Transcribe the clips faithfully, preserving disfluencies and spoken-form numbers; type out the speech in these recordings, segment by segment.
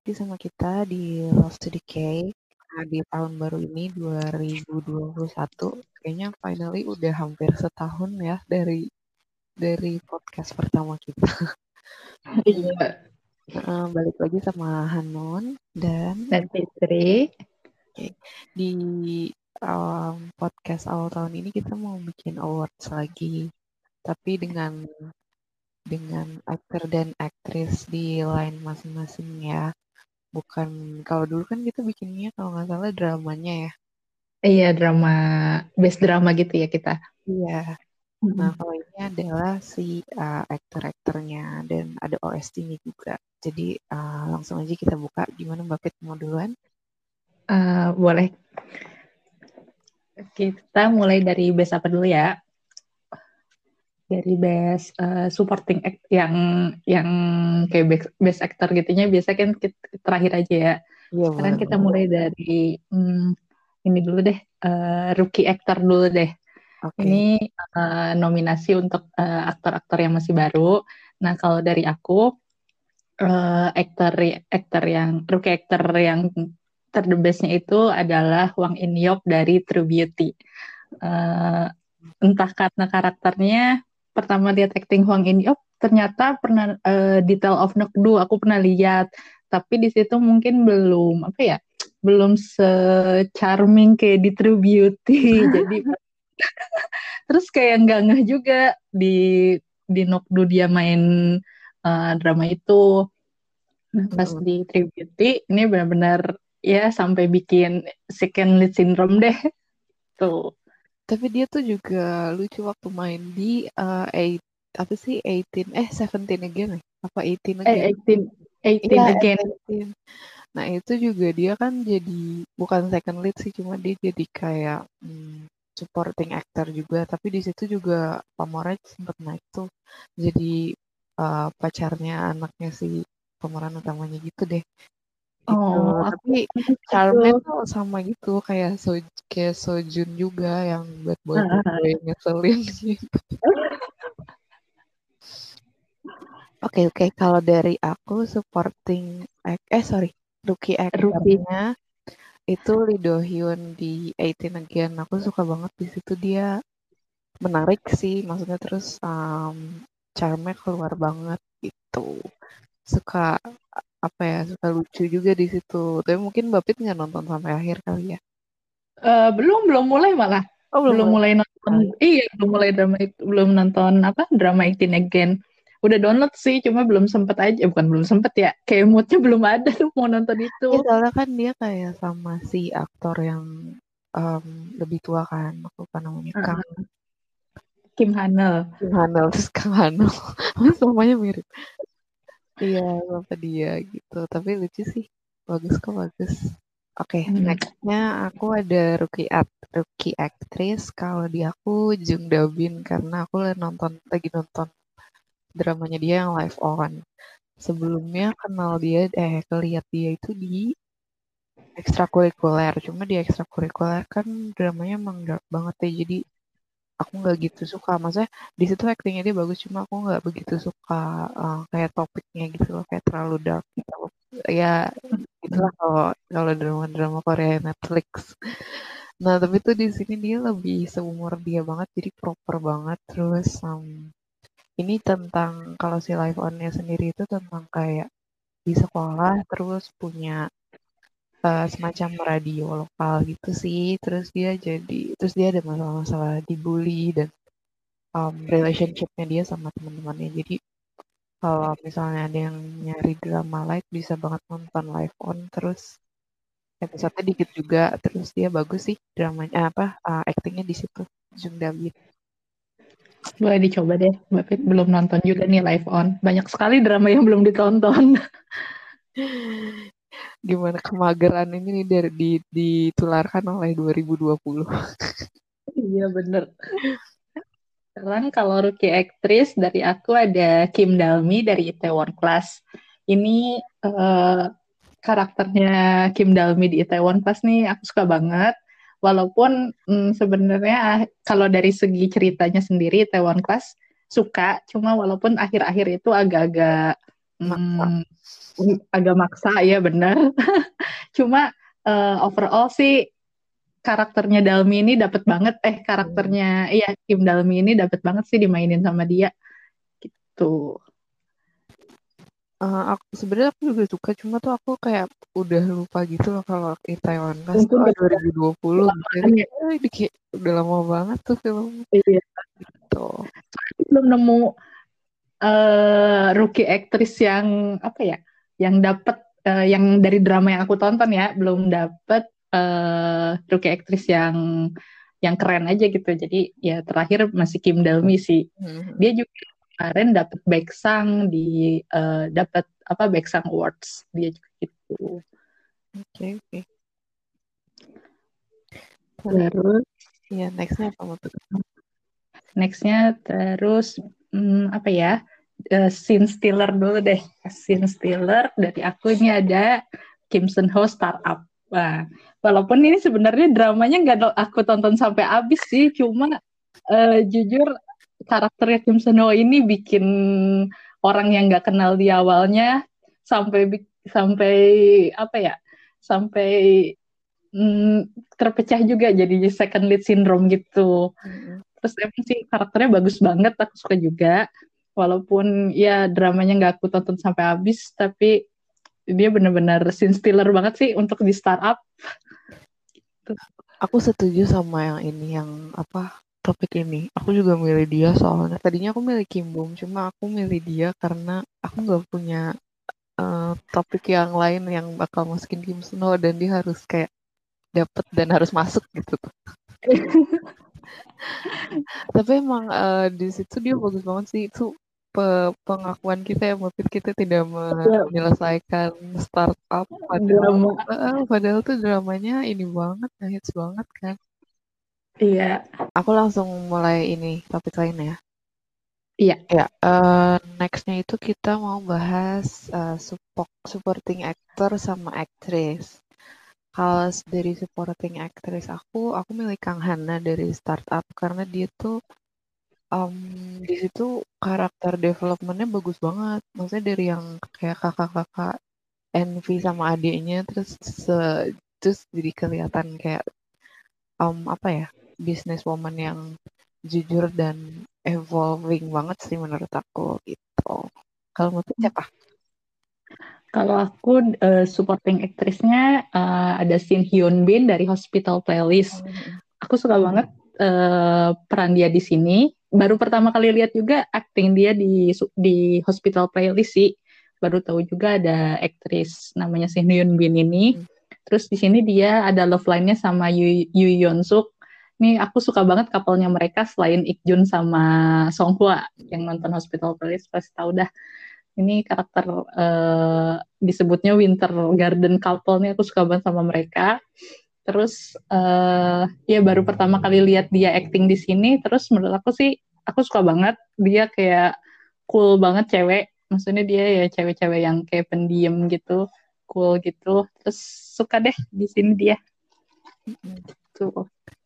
lagi sama kita di Love to Decay. Nah, di tahun baru ini dua ribu dua puluh satu, kayaknya finally udah hampir setahun ya dari dari podcast pertama kita. Iya. Heeh, balik lagi sama Hanun dan Dan Fitri. oke, di um, podcast awal tahun ini kita mau bikin awards lagi, tapi dengan dengan aktor dan aktris di line masing-masing ya. Bukan, kalau dulu kan kita bikinnya kalau nggak salah dramanya ya. Iya, drama, best drama gitu ya kita. Iya. Nah, Mm-mm. kalau ini adalah si uh, aktor-aktornya dan ada O S T-nya juga. Jadi uh, langsung aja kita buka. Gimana Mbak Fit, mau duluan? Uh, boleh. Kita mulai dari best apa dulu ya? Dari best uh, supporting act yang yang kayak best, best actor gitunya biasa kan kita, terakhir aja ya. Iya, Sekarang boleh kita banget. mulai dari hmm, ini dulu deh, uh, rookie actor dulu deh. Oke. Ini uh, nominasi untuk uh, aktor-aktor yang masih baru. Nah, kalau dari aku uh, aktor aktor yang rookie actor yang ter the best-nya itu adalah Wang In Yop dari True Beauty. Uh, entah karena karakternya pertama lihat acting Hwang In Yop ternyata pernah uh, di Tale of Nokdu aku pernah lihat, tapi di situ mungkin belum apa ya, belum se-charming kayak di True Beauty. Jadi terus kayak nggak ngeh juga di di Nokdu dia main uh, drama itu. Nah, pas Mm-mm. di True Beauty ini benar-benar ya sampai bikin second lead syndrome deh tuh. Tapi dia tuh juga lucu waktu main di uh, eight, apa sih, eighteen, eh seventeen again ya? Apa eighteen Eh, again? eighteen, Iya, eighteen again. seventeen. Nah, itu juga dia kan jadi bukan second lead sih, cuma dia jadi kayak hmm, supporting actor juga. Tapi di situ juga Pamoraj sempat naik tuh jadi uh, pacarnya anaknya si pemeran utamanya gitu deh. Gitu. Oh, aku Tapi itu. charmnya tuh sama gitu, kayak so kayak Sojun juga yang bad boy bad boy yang ngeselin gitu. Oke, oke, kalau dari aku supporting act, eh sorry, rookie Ruby. actornya itu Lee Do Hyun di eighteen Again. Aku suka banget di situ, dia menarik sih, maksudnya terus um, charmnya keluar banget gitu. Suka apa ya, suka lucu juga di situ. Tapi mungkin Mbak Pit nggak nonton sampai akhir kali ya. Eh, belum belum mulai malah. Oh, belum Belum mulai mulai sama nonton. sekali. Iya, belum mulai drama itu, belum nonton apa? Drama eighteen Again. Udah download sih, cuma belum sempet aja. Eh, bukan belum sempet ya. Kayak moodnya belum ada tuh mau nonton itu. Ya soalnya kan dia kayak sama si aktor yang um, lebih tua kan. Aku lupa namanya, Kang Uh, Kim Hanel. Kim Hanel, terus Kang Hanel. Namanya mirip. Iya, bapak dia gitu. Tapi lucu sih. Bagus kok, bagus. Oke, Hmm. nextnya aku ada rookie act, rookie actress. Kalau di aku Jung Da Bin, karena aku lagi nonton lagi nonton dramanya dia yang live on. Sebelumnya kenal dia, eh kelihat dia itu di ekstrakurikuler. Cuma di ekstrakurikuler kan dramanya emang dark banget ya. Jadi aku nggak gitu suka. Maksudnya di situ aktingnya dia bagus, cuma aku nggak begitu suka uh, kayak topiknya gitu loh, kayak terlalu dark gitu. Ya itulah kalau kalau drama-drama Korea Netflix. Nah, tapi tuh di sini dia lebih seumur dia banget, jadi proper banget. Terus um, ini tentang, kalau si live on-nya sendiri itu tentang kayak di sekolah terus punya uh, semacam radio lokal gitu sih. Terus dia jadi terus dia ada masalah-masalah dibully dan um, relationship-nya dia sama teman-temannya. Jadi kalau misalnya ada yang nyari drama light bisa banget nonton live on, terus episode dikit juga, terus dia bagus sih dramanya, apa uh, aktingnya di situ. Jung David. Boleh dicoba deh. Mbak Fit belum nonton juga nih live on. Banyak sekali drama yang belum ditonton. Gimana kemageran ini nih dari di, ditularkan oleh dua ribu dua puluh. Iya bener. Sekarang kalau rookie aktris dari aku ada Kim Dalmi dari Itaewon Class. Ini eh, karakternya Kim Dalmi di Itaewon Class nih aku suka banget. Walaupun mm, sebenarnya kalau dari segi ceritanya sendiri Itaewon Class suka, cuma walaupun akhir-akhir itu agak-agak maksa. Hmm, agak maksa ya benar. Cuma uh, overall sih karakternya Dalmi ini dapat banget. Eh Hmm. karakternya iya Kim Dalmi ini dapat banget sih dimainin sama dia gitu. Uh, aku sebenarnya aku juga suka, cuma tuh aku kayak udah lupa gitu loh kalau Itaewon Class tuh Mungkin oh, gara-gara dua ribu dua puluh gitu. Jadi kelamaan ya. kayak, eh, ini kayak udah lama banget tuh film Iya. tuh. Belum nemu uh, rookie aktris yang apa ya, yang dapat uh, yang dari drama yang aku tonton ya, belum dapat uh, rookie aktris yang yang keren aja gitu. Jadi ya terakhir masih Kim Dalmi sih. Hmm. Dia juga kemarin dapat Baeksang di uh, dapat apa Baeksang Awards dia juga gitu. Oke oke. Terus Terus ya nextnya apa mau tuh? nextnya terus hmm, apa ya? Uh, scene stealer dulu deh. Scene stealer dari aku ini ada Kim Sun Ho Startup. Nah, walaupun ini sebenarnya dramanya nggak aku tonton sampai habis sih, cuma uh, jujur karakternya Kim Sun Ho ini bikin orang yang nggak kenal di awalnya sampai sampai apa ya? Sampai mm, terpecah juga jadi second lead syndrome gitu. Hmm. Terus emang sih karakternya bagus banget, aku suka juga. Walaupun ya dramanya nggak aku tonton sampai habis, tapi dia benar-benar scene stealer banget sih untuk di startup. Aku setuju sama yang ini yang apa topik ini. Aku juga milih dia soalnya tadinya aku milih Kim Bum, cuma aku milih dia karena aku nggak punya eh, topik yang lain yang bakal masukin Kim Snow dan dia harus kayak dapet dan harus masuk gitu. Tapi emang eh, di situ dia bagus banget sih itu pe- pengakuan kita ya mungkin kita tidak Ya, menyelesaikan startup padahal drama. eh, padahal tuh dramanya ini banget, hits banget kan. Iya, Aku langsung mulai ini topik lain ya. iya. Ya, eh, nextnya itu kita mau bahas eh, support, supporting actor sama aktris. Kalau dari supporting actress aku, aku milih Kang Hana dari Startup karena dia tuh um, di situ karakter developmentnya bagus banget. Maksudnya dari yang kayak kakak-kakak Envy sama adiknya terus se terus jadi kelihatan kayak um, apa ya businesswoman yang jujur dan evolving banget sih menurut aku gitu. Kalau menurut siapa? Kalau aku uh, supporting aktrisnya uh, ada Shin Hyun Bin dari Hospital Playlist. Hmm. Aku suka banget uh, peran dia di sini. Baru pertama kali lihat juga acting dia di di Hospital Playlist sih. Baru tahu juga ada aktris namanya Shin Hyun Bin ini. Terus di sini dia ada love line-nya sama Yu, Yu Yeon Suk. Nih aku suka banget couple-nya mereka selain Ik Jun sama Song Hwa yang nonton Hospital Playlist pasti tahu dah ini karakter uh, disebutnya Winter Garden Couple nih aku suka banget sama mereka. Terus uh, ya baru pertama kali lihat dia acting di sini, terus menurut aku sih aku suka banget dia kayak cool banget cewek. Maksudnya dia ya cewek-cewek yang kayak pendiam gitu, cool gitu. Terus suka deh di sini dia. Tuh.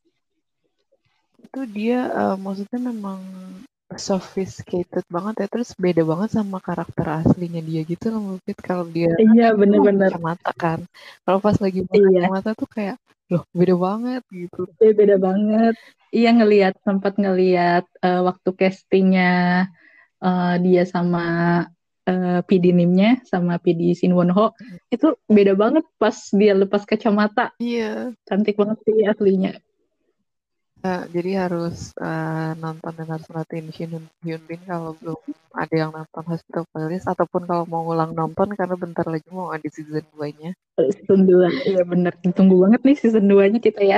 Itu dia uh, maksudnya memang sophisticated banget ya terus beda banget sama karakter aslinya dia gitu loh mungkin kalau dia kan Iya itu bener-bener. kacamata kan kalau pas lagi buka Iya, kacamata tuh kayak loh beda banget gitu. iya beda banget. Iya ngelihat sempat ngelihat uh, waktu castingnya uh, dia sama uh, P D Nimnya sama P D Shin Won Ho itu beda banget pas dia lepas kacamata. Iya. Cantik banget sih aslinya. Eh, jadi harus eh, nonton dan harus merhatiin Shin Hyun Bin kalau belum ada yang nonton Hospital Playlist ataupun kalau mau ulang nonton karena bentar lagi mau ada season dua-nya. Season dua. Iya bener. Ditunggu banget nih season dua-nya kita ya.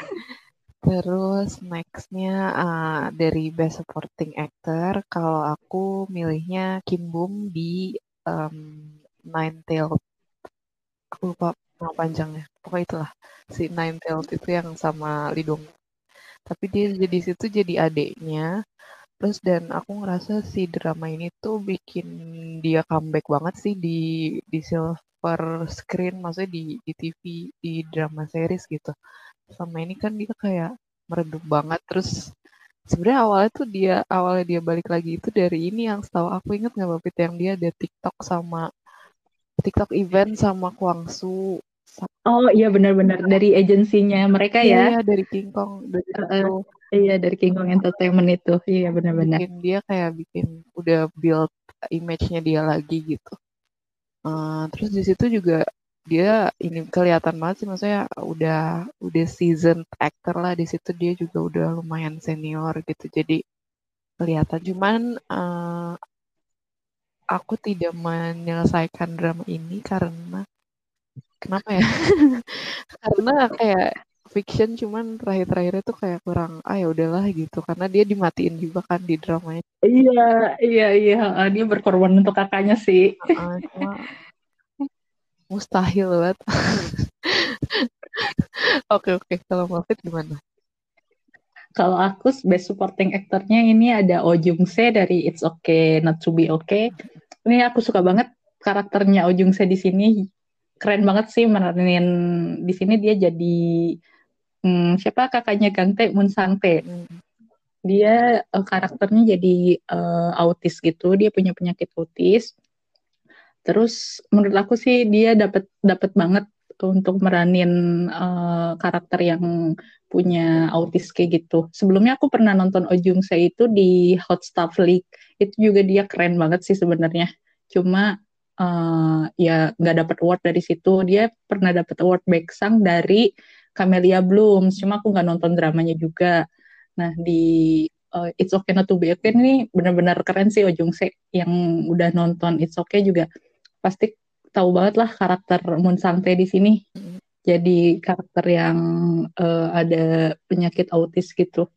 Terus nextnya uh, dari Best Supporting Actor, kalau aku milihnya Kim Bum di um, Nine Tailed. Aku lupa nama panjangnya. Pokoknya itulah si Nine Tailed itu yang sama Lee Dong. Tapi dia jadi situ jadi adeknya. Terus dan aku ngerasa si drama ini tuh bikin dia comeback banget sih di di silver screen, maksudnya di di T V, di drama series gitu. Sama ini kan dia kayak meredup banget terus Sebenarnya awalnya tuh dia awalnya dia balik lagi itu dari ini yang setahu aku inget nggak Bapit yang dia ada TikTok sama TikTok event sama Kwangsu. Oh iya benar-benar dari agensinya mereka Iya ya. ya dari King Kong dari Uh, uh, situ iya dari King Kong Entertainment itu. Iya benar-benar. bikin dia kayak bikin udah build image-nya dia lagi gitu. Uh, terus di situ juga dia ini kelihatan banget sih maksudnya udah udah seasoned actor lah di situ dia juga udah lumayan senior gitu jadi kelihatan cuman uh, aku tidak menyelesaikan drama ini karena kenapa ya karena kayak fiction cuman terakhir-terakhir itu kayak kurang ah ya udahlah gitu karena dia dimatiin juga kan di dramanya. Iya, iya, iya. Uh, dia berkorban untuk kakaknya sih. Uh, cuma mustahil banget. Oke oke kalau Mafit gimana? Kalau aku best supporting actornya ini ada Oh Jung Se dari It's Okay Not to Be Okay. Ini aku suka banget karakternya Oh Jung Se di sini. Keren banget sih meranin di sini dia jadi hmm, siapa kakaknya Gang Tae, Moon Sang Tae. Mm-mm. Dia uh, karakternya jadi uh, autis gitu, dia punya penyakit autis. Terus menurut aku sih dia dapat dapat banget untuk meranin uh, karakter yang punya autis kayak gitu. Sebelumnya aku pernah nonton Oh Jung Se itu di Hot Stuff League. Itu juga dia keren banget sih sebenarnya. Cuma uh, ya nggak dapat award dari situ. Dia pernah dapat award Baeksang dari Camellia Blooms. Cuma aku nggak nonton dramanya juga. Nah di uh, It's Okay Not to Be Okay ini benar-benar keren sih Oh Jung Se. Yang udah nonton It's Okay juga pasti tahu banget lah karakter Moon Sang Tae di sini. Jadi karakter yang uh, ada penyakit autis gitu.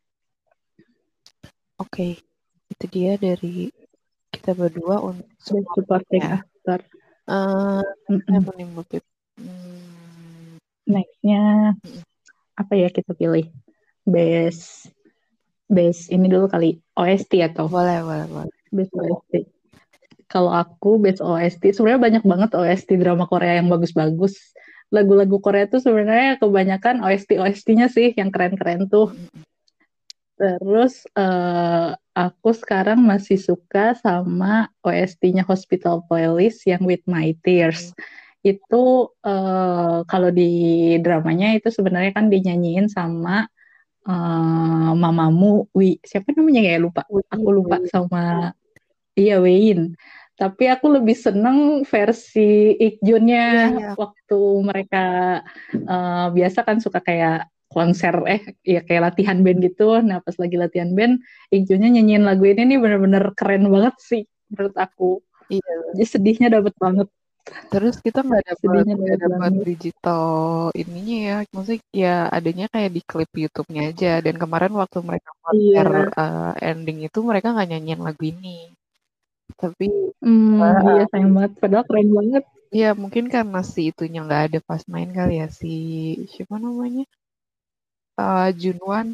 Oke, itu dia dari kita berdua untuk Best supporting supportnya. actor. Uh, saya Mm-mm. mau nih Mufid. Hmm, Nextnya apa ya kita pilih? Best best ini dulu kali O S T atau boleh boleh boleh. best O S T. Kalau aku best O S T sebenarnya banyak banget O S T drama Korea yang bagus-bagus. Lagu-lagu Korea tuh sebenarnya kebanyakan O S T O S T-nya sih yang keren-keren tuh. Mm-mm. Terus uh, aku sekarang masih suka sama O S T-nya Hospital Playlist yang With My Tears. Itu uh, kalau di dramanya itu sebenarnya kan dinyanyiin sama uh, mamamu Wi. Siapa namanya ya lupa. Aku Win, lupa win. sama iya Wayne. Tapi aku lebih seneng versi Ikjunnya Iya iya. waktu mereka uh, biasa kan suka kayak konser eh ya kayak latihan band gitu. Nah pas lagi latihan band, Ikjunnya nyanyiin lagu ini nih bener-bener keren banget sih menurut aku. Iya. Jadi sedihnya dapet banget, Terus kita nggak dapat sedihnya nggak dapet dapat banget. digital ininya ya, maksudnya ya adanya kayak di klip YouTube-nya aja. Dan kemarin waktu mereka konser Iya, uh, ending itu mereka nggak nyanyiin lagu ini. Tapi hmm, iya uh, sayang banget. Padahal keren banget. ya mungkin karena si itunya nggak ada pas main kali ya si siapa namanya uh, Junwan.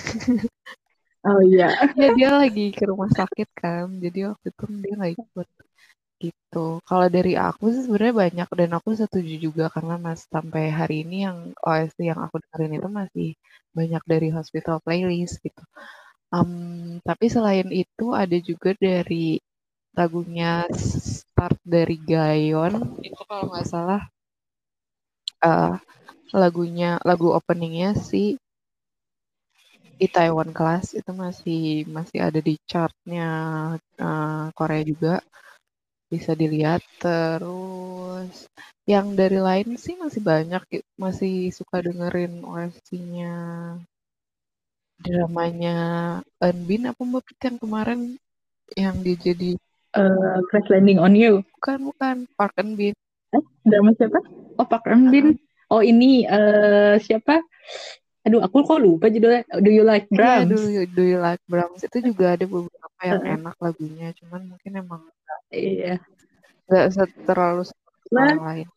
Oh iya, Ya dia lagi ke rumah sakit kan, jadi waktu itu dia nggak ikut gitu. Kalau dari aku sih sebenarnya banyak dan aku setuju juga karena mas sampai hari ini yang O S T yang aku dengerin itu masih banyak dari Hospital Playlist gitu. Um, tapi selain itu ada juga dari lagunya Start dari Gayon itu kalau nggak salah uh, lagunya lagu openingnya si di Taiwan Class itu masih masih ada di chartnya uh, Korea juga bisa dilihat terus yang dari lain sih masih banyak masih suka dengerin O S T-nya dramanya Eunbin apa Mbak Prit yang kemarin yang dia jadi uh, Crash Landing on You. bukan bukan Park Eun-bin. Eh, drama siapa? Oh, Park Eun Bin. Uh, Oh, ini eh siapa? Aduh, aku kok lupa judulnya. Do You Like iya dulu Brahms? Do You Like Brahms itu juga ada beberapa yang Eh, enak lagunya cuman mungkin emang iya. nggak terlalu seperti Nah, yang lain.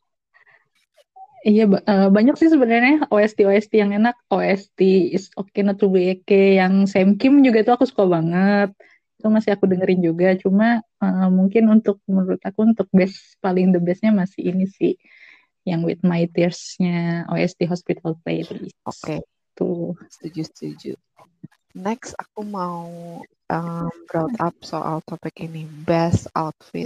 iya ba- eh, banyak sih sebenarnya O S T O S T yang enak. O S T Is Okay Not to Be Okay yang Sam Kim juga tuh aku suka banget. Itu masih aku dengerin juga. Cuma eh, mungkin untuk menurut aku untuk best paling the bestnya masih ini sih yang With My Tears-nya O S T Hospital Playlist. Oke Tuh. setuju setuju. Next aku mau um, brought up soal topik ini, best outfit.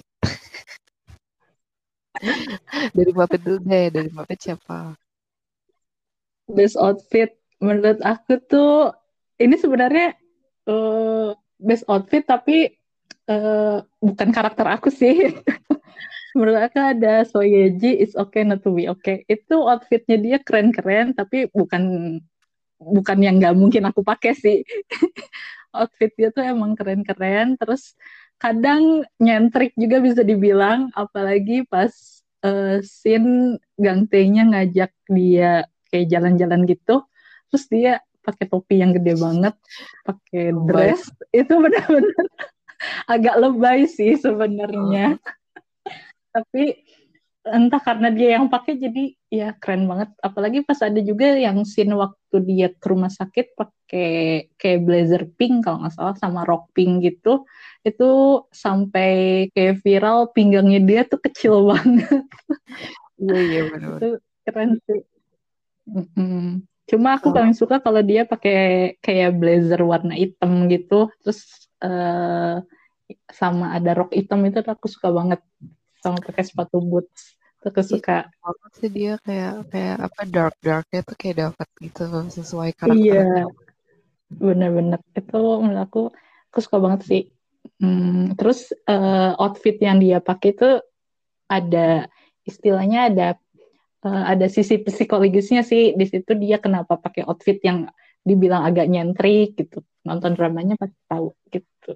Dari Muppet dulu deh, dari Muppet siapa? Best outfit menurut aku tuh ini sebenarnya uh, best outfit tapi uh, bukan karakter aku sih. Menurut aku ada Soyeji It's Okay Not to Be Okay. Itu outfitnya dia keren-keren tapi bukan bukan yang nggak mungkin aku pakai sih. Outfit dia tuh emang keren-keren. Terus kadang nyentrik juga bisa dibilang, apalagi pas uh, scene Gang Tae-nya ngajak dia kayak jalan-jalan gitu, terus dia pakai topi yang gede banget, pakai Lebay. dress, itu benar-benar agak lebay sih sebenarnya. Uh, Tapi entah karena dia yang pakai jadi ya keren banget. Apalagi pas ada juga yang scene waktu dia ke rumah sakit pakai kayak blazer pink kalau nggak salah sama rok pink gitu, itu sampai kayak viral pinggangnya dia tuh kecil banget. iya iya benar. Itu keren sih. Mm-mm. Cuma aku Kalau paling suka kalau dia pakai kayak blazer warna hitam gitu, terus eh, sama ada rok hitam itu tuh aku suka banget, sama pakai sepatu boots. Itu aku ih suka. suka banget sih dia kayak kayak apa dark darknya tuh kayak dapat gitu sesuai karakternya. Iya, bener-bener. Itu menurut aku, aku suka banget sih. Hmm, terus eh, outfit yang dia pakai itu ada istilahnya ada eh, ada sisi psikologisnya sih di situ dia kenapa pakai outfit yang dibilang agak nyentrik gitu. Nonton dramanya pasti tahu gitu.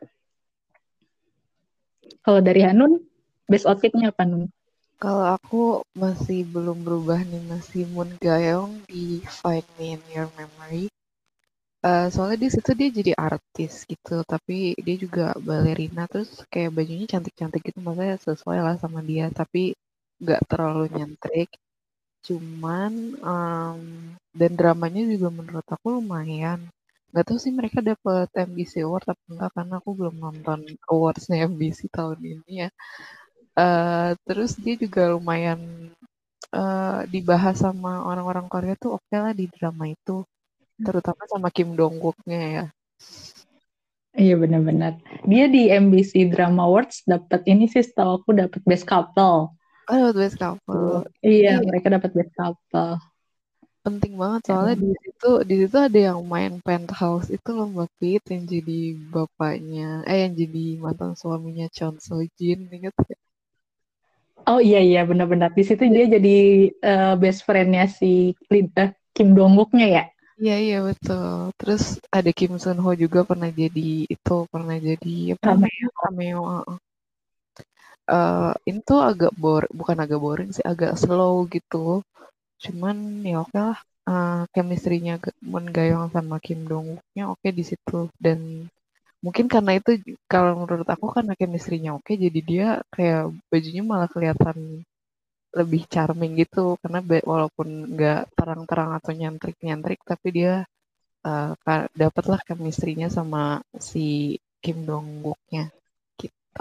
Kalau dari Hanun, best outfitnya apa Nun? Kalau aku masih belum berubah nih, masih Moon Gayoung di Find Me in Your Memory. Eh, soalnya di situ dia jadi artis gitu, tapi dia juga balerina, terus kayak bajunya cantik-cantik gitu, maksudnya sesuai lah sama dia, tapi nggak terlalu nyentrik. Cuman em, dan dramanya juga menurut aku lumayan. Nggak tahu sih mereka dapet M B C Award apa enggak karena aku belum nonton awardsnya M B C tahun ini ya. Eh, terus dia juga lumayan eh, dibahas sama orang-orang Korea tuh oke lah di drama itu, terutama sama Kim Dong Wooknya ya. Iya benar-benar. Dia di M B C Drama Awards dapat ini sih setahu aku dapat best couple. Oh, dapet best couple. Tuh. Iya, Iya, mereka dapat best couple. penting banget soalnya Emang. di situ di situ ada yang main penthouse itu loh Mbak Fit yang jadi bapaknya eh yang jadi mantan suaminya Chon So Jin inget ya? Oh iya iya benar-benar di situ Iya dia jadi uh, best friend-nya si Lin- eh, Kim Dong-wooknya ya. iya iya, betul. Terus ada Kim Sun Ho juga pernah jadi itu pernah jadi apa namanya Cameo. cameo. uh, uh. Ini tuh agak bor bukan agak boring sih agak slow gitu. Cuman ya oke lah. Uh, chemistry-nya Ge- Moon Ga-young sama Kim Dong Wooknya oke di situ dan mungkin karena itu kalau menurut aku karena chemistry-nya oke jadi dia kayak bajunya malah kelihatan lebih charming gitu karena be- walaupun nggak terang-terang atau nyentrik-nyentrik tapi dia uh, ka- dapatlah chemistry-nya sama si Kim Dong Wook-nya gitu.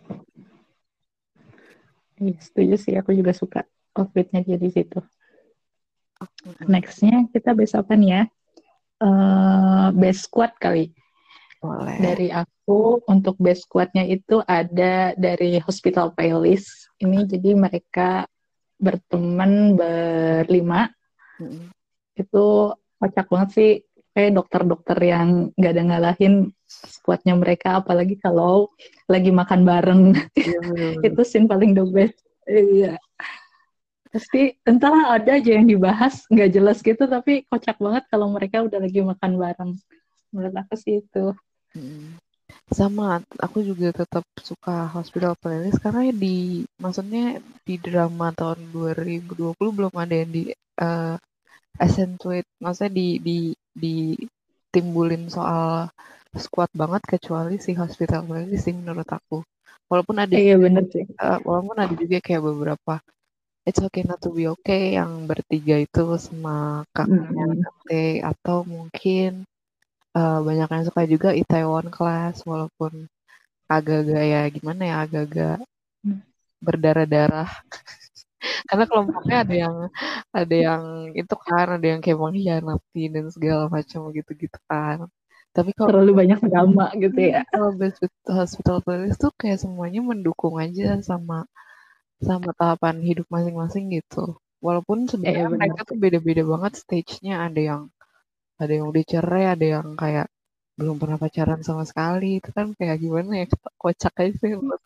Iya, setuju sih, aku juga suka outfitnya dia di situ. Mm-mm. Next-nya kita best apa nih ya? Eh, best squad kali. Boleh. Dari aku untuk best squad-nya itu ada dari Hospital Playlist. Ini jadi mereka berteman berlima. Mm-mm. Itu kocak banget sih. Kayak dokter-dokter yang gak ada ngalahin squadnya mereka. Apalagi kalau lagi makan bareng. Iya benar-benar. Itu scene paling the best. Iya. Pasti entahlah ada aja yang dibahas nggak jelas gitu tapi kocak banget kalau mereka udah lagi makan bareng. Menurut aku sih itu. Mm. Sama, aku juga tetap suka Hospital Playlist karena di maksudnya di drama tahun dua ribu dua puluh belum ada yang di uh, accentuate maksudnya di di ditimbulin soal squad banget kecuali si Hospital Playlist sih menurut aku. Walaupun ada Iya juga bener sih. eh, walaupun ada juga kayak beberapa It's Okay Not to Be Okay yang bertiga itu sama kakaknya Mm-mm. Kate atau mungkin eh, banyak yang suka juga Itaewon Class walaupun agak-agak ya gimana ya agak-agak berdarah-darah karena kelompoknya ada yang ada yang itu kan ada yang kayak mengkhianati dan segala macam gitu-gitu kan. Tapi kalau terlalu banyak drama gitu hmm, ya. kalau Best Hospital Playlist tuh kayak semuanya mendukung aja sama sama tahapan hidup masing-masing gitu. Walaupun Eh ya sebenarnya benar mereka tuh sih. beda-beda banget stage-nya. Ada yang ada yang udah cerai, ada yang kayak belum pernah pacaran sama sekali. Itu kan kayak gimana ya, kocak aja sih menurut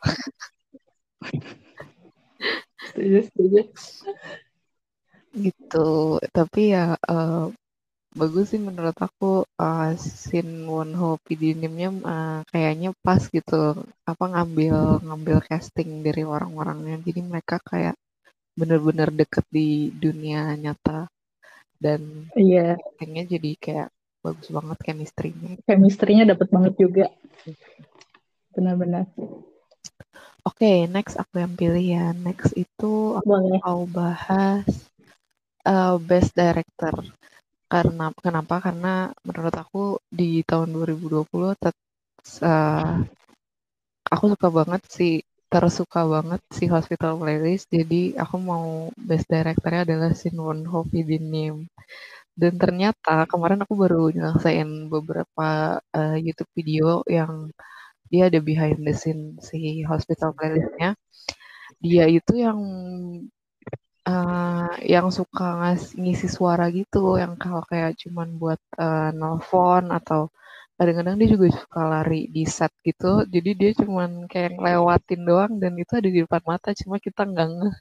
Setuju, setuju. gitu. Tapi ya eh, bagus sih menurut aku, eh, Shin Won Ho Pidinimnya eh, kayaknya pas gitu. Apa ngambil ngambil casting dari orang-orangnya. Jadi mereka kayak bener-bener deket di dunia nyata dan Iya, actingnya jadi kayak bagus banget chemistry-nya. chemistry-nya dapet banget juga. Benar-benar. Oke, okay, next aku yang pilih ya. Next itu aku Boleh. mau bahas uh, Best Director. Karena kenapa? Karena menurut aku di tahun dua ribu dua puluh tet, uh, aku suka banget sih, tersuka banget si Hospital Playlist. Jadi aku mau Best Directornya adalah Shin Won Ho Pidin Nim. Dan ternyata kemarin aku baru nyelesain beberapa uh, YouTube video yang dia ada behind the scene si Hospital Playlist-nya. Dia itu yang uh, yang suka ngas ngisi suara gitu, yang kalau kayak cuman buat uh, nelfon atau kadang-kadang dia juga suka lari di set gitu. Jadi dia cuman kayak ngelewatin doang dan itu ada di depan mata, cuma kita nggak ngeh.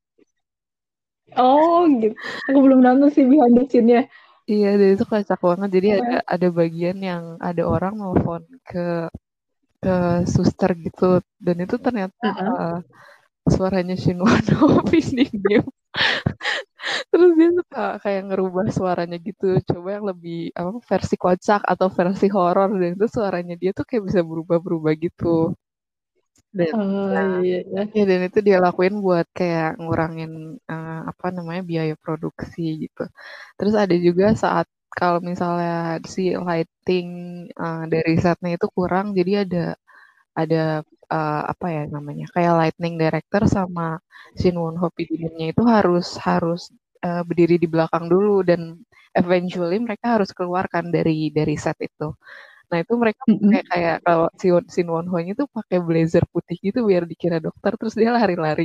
Oh gitu. Aku belum nonton sih behind the scene-nya. Iya, dan itu kocak banget. Jadi ada Uh, ada bagian yang ada orang nelfon ke ke suster gitu dan itu ternyata uh-uh. uh, suaranya Shinwano Piningim. Terus dia suka kayak ngerubah suaranya gitu, coba yang lebih apa versi kocak atau versi horor dan itu suaranya dia tuh kayak bisa berubah-berubah gitu. Dan Oh nah, iya, iya. ya dan itu dia lakuin buat kayak ngurangin uh, apa namanya biaya produksi gitu. Terus ada juga saat kalau misalnya si lighting uh, dari setnya itu kurang, jadi ada ada uh, apa ya namanya kayak lightning director sama Shin Won Ho Pidinnya itu harus harus uh, berdiri di belakang dulu dan eventually mereka harus keluarkan dari dari set itu. Nah itu mereka pakai Mm-mm. kayak kalau si Shin Won Ho-nya tuh pakai blazer putih gitu biar dikira dokter terus dia lari-lari.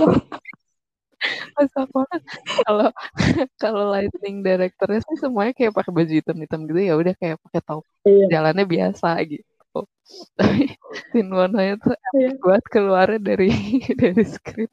Pas aku kan kalau kalau lighting directornya sih semuanya kayak pakai baju hitam-hitam gitu ya udah kayak pakai topi Iya, jalannya biasa gitu. Tapi Shin Won Ho-nya tuh epic iya. banget keluarnya dari dari screen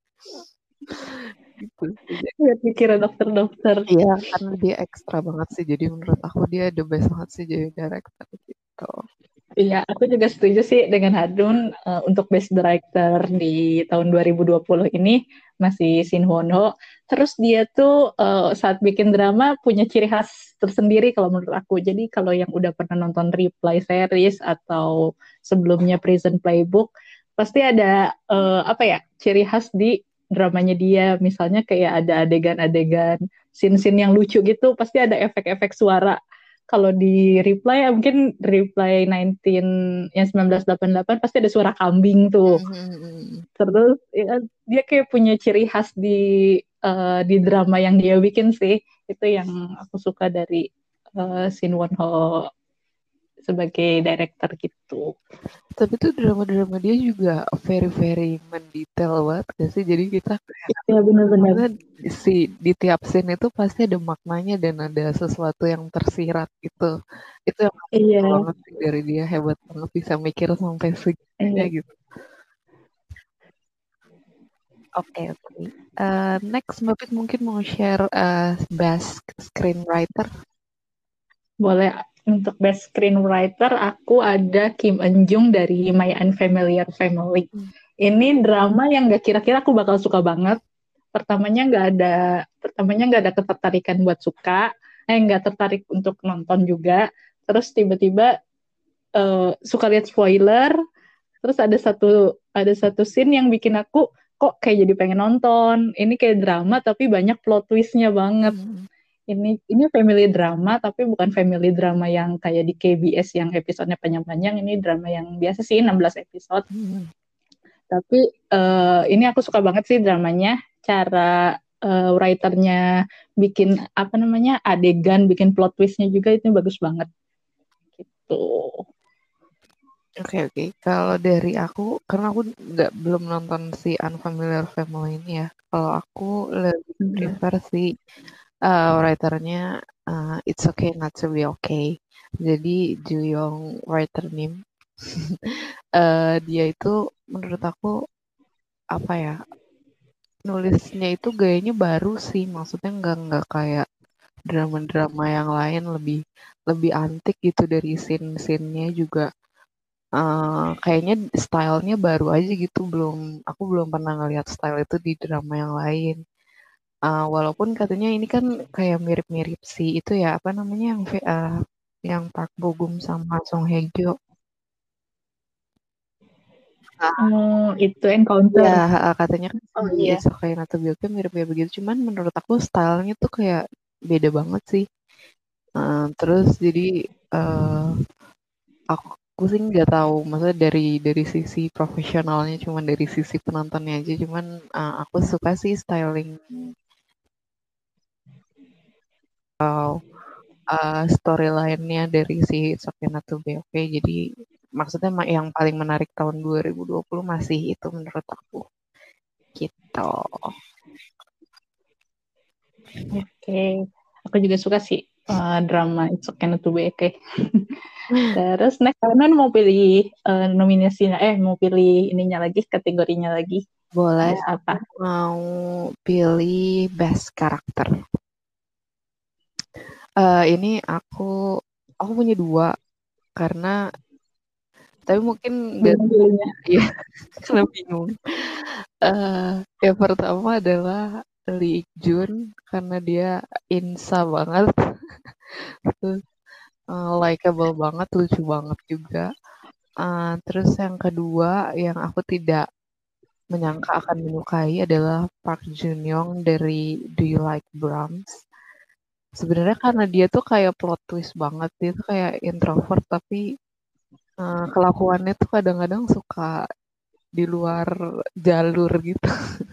gitu sih. Jadi, Lihat dikira dokter-dokter. iya karena dia ekstra banget sih jadi menurut aku dia the best banget sih jadi director gitu. Iya, aku juga setuju sih dengan Hadun uh, untuk Best Director di tahun dua ribu dua puluh ini masih Shin Won Ho. Terus dia tuh uh, saat bikin drama punya ciri khas tersendiri kalau menurut aku. Jadi kalau yang udah pernah nonton Reply series atau sebelumnya Prison Playbook, pasti ada uh, apa ya ciri khas di dramanya dia. Misalnya kayak ada adegan-adegan scene-scene yang lucu gitu, pasti ada efek-efek suara. Kalau di Reply ya mungkin Reply sembilan belas yang seribu sembilan ratus delapan puluh delapan pasti ada suara kambing tuh. Mm-hmm. Terus ya, dia kayak punya ciri khas di uh, di drama yang dia bikin sih. Itu yang aku suka dari uh, Shin Won Ho sebagai director gitu. Tapi tuh drama-drama dia juga very very mendetail banget gak sih jadi kita Ya benar-benar. karena si di tiap scene itu pasti ada maknanya dan ada sesuatu yang tersirat gitu. Itu yang aku Iya. suka banget sih dari dia, hebat banget bisa mikir sampai segitunya Eh, gitu. Oke, oke. Eh, next Mbak mungkin mau share eh, best screenwriter. boleh untuk best screenwriter aku ada Kim Eun Jung dari My Unfamiliar Family. Hmm. Ini drama yang gak kira-kira aku bakal suka banget. Pertamanya nggak ada, pertamanya nggak ada ketertarikan buat suka, eh nggak tertarik untuk nonton juga. Terus tiba-tiba uh, suka lihat spoiler. Terus ada satu ada satu scene yang bikin aku kok kayak jadi pengen nonton. Ini kayak drama tapi banyak plot twistnya banget. Hmm. Ini ini family drama tapi bukan family drama yang kayak di K B S yang episodenya panjang-panjang. Ini drama yang biasa sih enam belas episode. Hmm. Tapi uh, ini aku suka banget sih dramanya. Cara uh, writernya bikin apa namanya adegan, bikin plot twistnya juga itu bagus banget. gitu. Oke oke. Kalau dari aku, karena aku nggak belum nonton si Unfamiliar Family ini ya. Kalau aku lebih Hmm. prefer si uh, writernya uh, It's Okay Not to Be Okay. Jadi Ju Young writer Nim, uh, dia itu menurut aku apa ya, nulisnya itu gayanya baru sih. Maksudnya nggak nggak kayak drama-drama yang lain, lebih lebih antik gitu dari scene-scene-nya juga. Uh, kayaknya stylenya baru aja gitu, belum aku belum pernah ngelihat style itu di drama yang lain. Uh, walaupun katanya ini kan kayak mirip-mirip sih itu ya, apa namanya yang V- uh, yang Park Bo Gum sama Song Hye Kyo. Ah, Oh, itu Encounter. ya uh, katanya kan Oh si iya. It's Okay Not to Be Okay mirip-mirip begitu. Cuman menurut aku stylenya tuh kayak beda banget sih. Uh, terus jadi uh, aku sih nggak tahu, maksudnya dari dari sisi profesionalnya, cuman dari sisi penontonnya aja. Cuman uh, aku suka sih styling uh, storyline-nya dari si Sokina to Be Okay. Jadi maksudnya ma- yang paling menarik tahun dua ribu dua puluh masih itu menurut aku. Gitu. Oke. Okay. Aku juga suka sih uh, drama It's Okay Not to Be Okay. Terus next kalian mau pilih uh, nominasinya, eh mau pilih ininya lagi, kategorinya lagi. Boleh, Ada aku apa? mau pilih best karakter. Uh, ini aku aku punya dua karena tapi mungkin nggak Belum pilihnya. ya karena bingung. Uh, yang pertama adalah Lee Ik Jun karena dia insa banget, terus uh, likable banget, lucu banget juga. Uh, terus yang kedua yang aku tidak menyangka akan menyukai adalah Park Jun Young dari Do You Like Brahms. Sebenarnya karena dia tuh kayak plot twist banget, dia tuh kayak introvert tapi uh, kelakuannya tuh kadang-kadang suka di luar jalur gitu.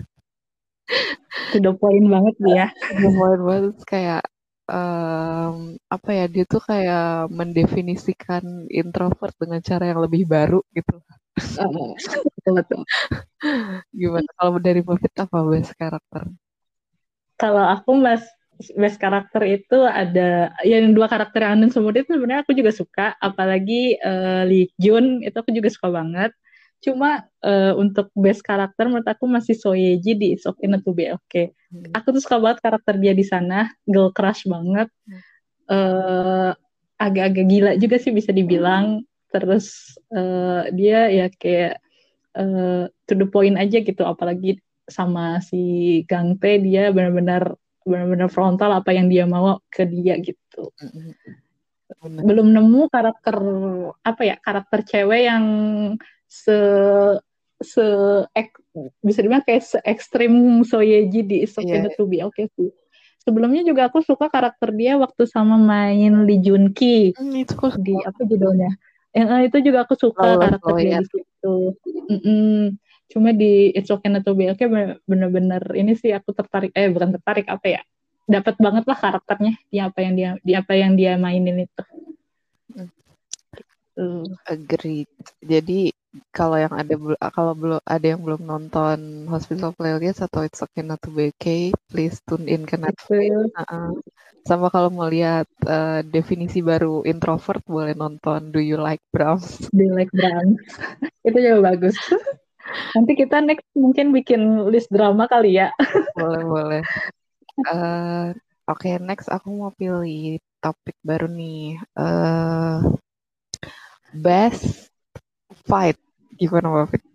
To the point banget dia. Gemoy banget kayak em, apa ya, dia tuh kayak mendefinisikan introvert dengan cara yang lebih baru gitu. Uh, betul-betul. Gimana kalau dari Muffet apa best karakter? Kalau aku mas best karakter itu ada yang dua karakter yang Andin sebutin itu sebenarnya aku juga suka, apalagi uh, Lee Jun itu aku juga suka banget. Cuma uh, untuk best karakter menurut aku masih Soyeji di It's Okay Not to Be Okay. Hmm. Aku tuh suka banget karakter dia di sana, girl crush banget. Uh, agak-agak gila juga sih bisa dibilang. Terus uh, dia ya kayak uh, to the point aja gitu, apalagi sama si Gangte dia benar-benar benar-benar frontal apa yang dia mau ke dia gitu. Bener. Belum nemu karakter apa ya, karakter cewek yang se se ek, bisa dibilang kayak se ekstrim Soyeji di It's Okay Iya, Not to Be Okay sih. Sebelumnya juga aku suka karakter dia waktu sama main Lee Junki hmm, itu kok di apa judulnya. Yang eh, itu juga aku suka Lawless karakter dia Lawyer. di situ. Mm-mm. Cuma di It's Okay Not to Be Okay bener-bener ini sih aku tertarik, eh bukan tertarik apa ya, dapat banget lah karakternya di apa yang dia di apa yang dia mainin itu. Hmm, Uh. agreed. Jadi kalau yang ada bel- kalau belum ada yang belum nonton Hospital Playlist atau It's Okay Not to Be Okay, please tune in ke Netflix. Itu Uh-uh. Sama kalau mau lihat uh, definisi baru introvert, boleh nonton Do You Like Brahms. di Like Brand itu juga bagus. Nanti kita next mungkin bikin list drama kali ya. Boleh boleh. Uh, Oke, okay, next aku mau pilih topik baru nih. Uh, best fight. Gimana Mbak Fit?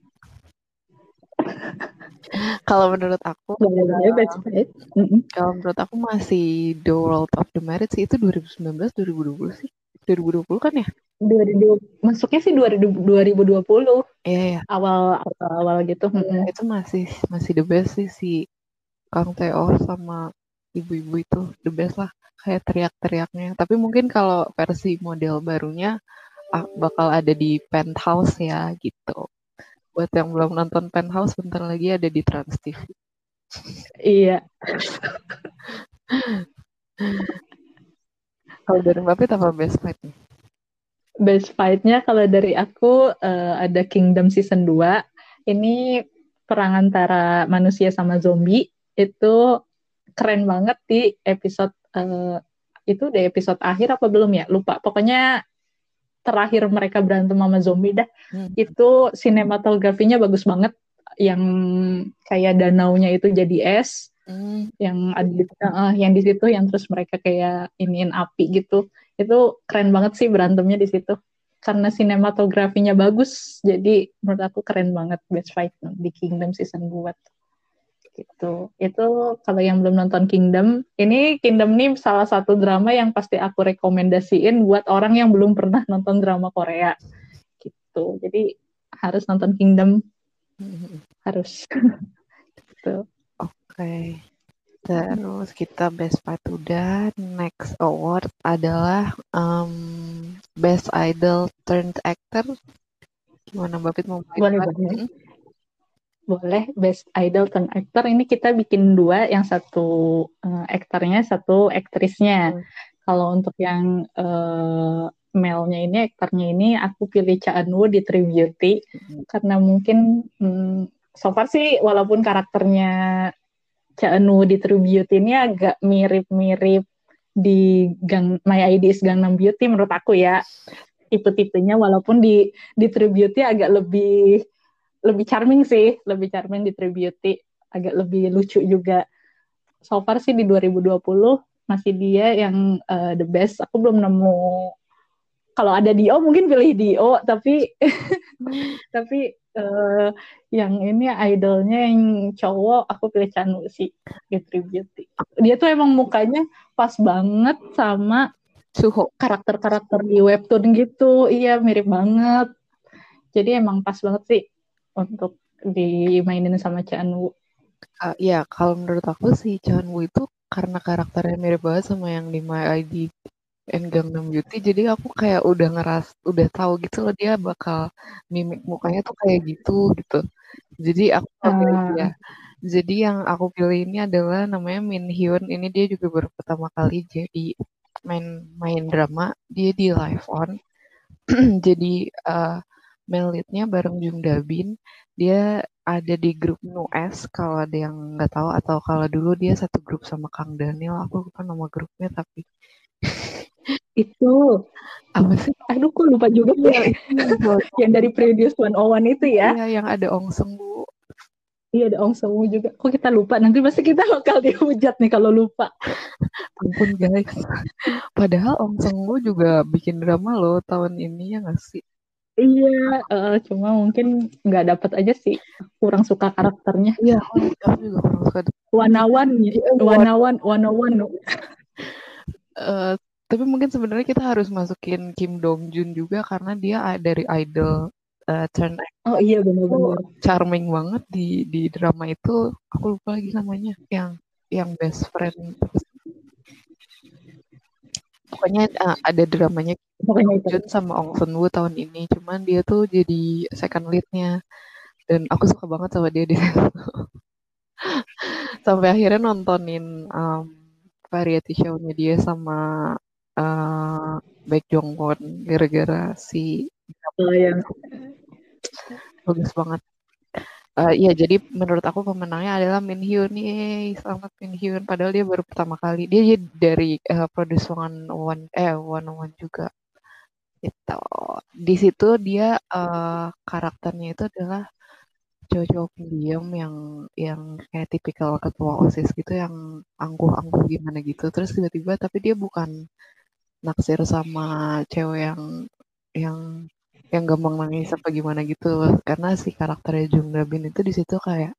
Kalau menurut aku, Boleh best fight. Mm-mm. kalau menurut aku masih The World of the Merit sih, itu dua ribu sembilan belas dua ribu dua puluh sih. dua ribu dua puluh kan ya? dua ribu masuknya sih dua ribu dua ribu dua puluh Iya ya. awal awal, awal gitu. Iya, Mm-mm. itu masih masih the best sih si Kang Teo sama ibu-ibu itu the best lah, kayak teriak-teriaknya. Tapi mungkin kalau versi model barunya ah, bakal ada di Penthouse ya gitu. Buat yang belum nonton Penthouse, bentar lagi ada di Trans T V. Iya. Kalau dari Mbak Fit apa best fight nih? Best fight-nya kalau dari aku uh, ada Kingdom season dua. Ini perang antara manusia sama zombie. Itu keren banget di episode uh, itu di episode akhir apa belum ya? Lupa. Pokoknya terakhir mereka berantem sama zombie dah. Hmm. Itu sinematografinya bagus banget. Yang kayak danaunya itu jadi es. Hmm. Yang ada di, uh, yang di situ yang terus mereka kayak iniin api gitu. Itu keren banget sih berantemnya di situ. Karena sinematografinya bagus, jadi menurut aku keren banget best fight di Kingdom season dua gitu. Itu kalau yang belum nonton Kingdom, ini Kingdom nih salah satu drama yang pasti aku rekomendasiin buat orang yang belum pernah nonton drama Korea gitu. Jadi harus nonton Kingdom, Hmm. harus gitu. Oke. Okay. Terus kita best fight udah, next award adalah um, best idol turned actor. Gimana Mbak Fit mau mulai? Boleh, boleh. Boleh, best idol turn actor ini kita bikin dua, yang satu uh, aktornya, satu aktrisnya. Hmm. Kalau untuk yang uh, male-nya ini, aktornya ini, aku pilih Cha Eun-woo di True Beauty, hmm. karena mungkin hmm, so far sih walaupun karakternya Cha Eun-woo di True Beauty ini agak mirip-mirip di Gang My I D is Gangnam Beauty menurut aku ya, tipe-tipenya, walaupun di di True Beauty agak lebih lebih charming sih, lebih charming di True Beauty, agak lebih lucu juga. So far sih di dua ribu dua puluh masih dia yang uh, the best. Aku belum nemu, kalau ada Dio mungkin pilih Dio, tapi tapi uh, yang ini idolnya yang cowok, aku pilih Chanu sih di True Beauty. Dia tuh emang mukanya pas banget sama Suho, karakter-karakter di webtoon gitu. Iya, mirip banget. Jadi emang pas banget sih untuk dimainin sama Cha Eun-woo. Uh, ya, kalau menurut aku sih Cha Eun-woo itu karena karakternya mirip banget sama yang di My I D and Gangnam Beauty, jadi aku kayak udah ngeras, udah tahu gitu loh dia bakal mimik mukanya tuh kayak gitu gitu. Jadi aku uh, pilih dia. Jadi yang aku pilih ini adalah namanya Min Hyun. Ini dia juga baru pertama kali jadi main main drama. Dia di Live On. Jadi uh, main lead-nya bareng Jung Da-bin. Dia ada di grup NU'ES kalau ada yang nggak tahu, atau kalau dulu dia satu grup sama Kang Daniel. Aku lupa nama grupnya tapi itu apa sih? Aduh, kok lupa juga ya. Yang dari Previous one oh one itu ya. Iya, yang ada Ong Seung-woo. Iya, ada Ong Seung-woo juga. Kok kita lupa? Nanti pasti kita bakal dihujat nih kalau lupa. Ampun guys. Padahal Ong Seung-woo juga bikin drama loh tahun ini, ya nggak sih? Iya, uh, cuma mungkin nggak dapet aja sih. Kurang suka karakternya. Iya, aku juga kurang suka. Wanawan, Wanawan, Wanawan. Uh, tapi mungkin sebenarnya kita harus masukin Kim Dong Jun juga karena dia dari idol uh, turn actor. Oh iya, benar-benar. Charming banget di di drama itu. Aku lupa lagi namanya, yang yang best friend. Pokoknya uh, ada dramanya Kim Dong Jun sama Ong Seung-woo tahun ini. Cuman dia tuh jadi second lead-nya. Dan aku suka banget sama dia di situ. Sampai akhirnya nontonin um, variety show-nya dia sama uh, Baek Jong Won gara-gara si oh, yang bagus banget. Uh, ya, jadi menurut aku pemenangnya adalah Min Hyun. Yeay, selamat Min Hyun. Padahal dia baru pertama kali. Dia jadi dari uh, Produce One One eh One One juga. Gitu. Di situ dia uh, karakternya itu adalah cowok-cowok pendiam yang yang kayak tipikal ketua OSIS gitu, yang angkuh-angkuh gimana gitu. Terus tiba-tiba tapi dia bukan naksir sama cewek yang yang yang gampang nangis apa gimana gitu, karena si karakternya Jung Da-bin itu di situ kayak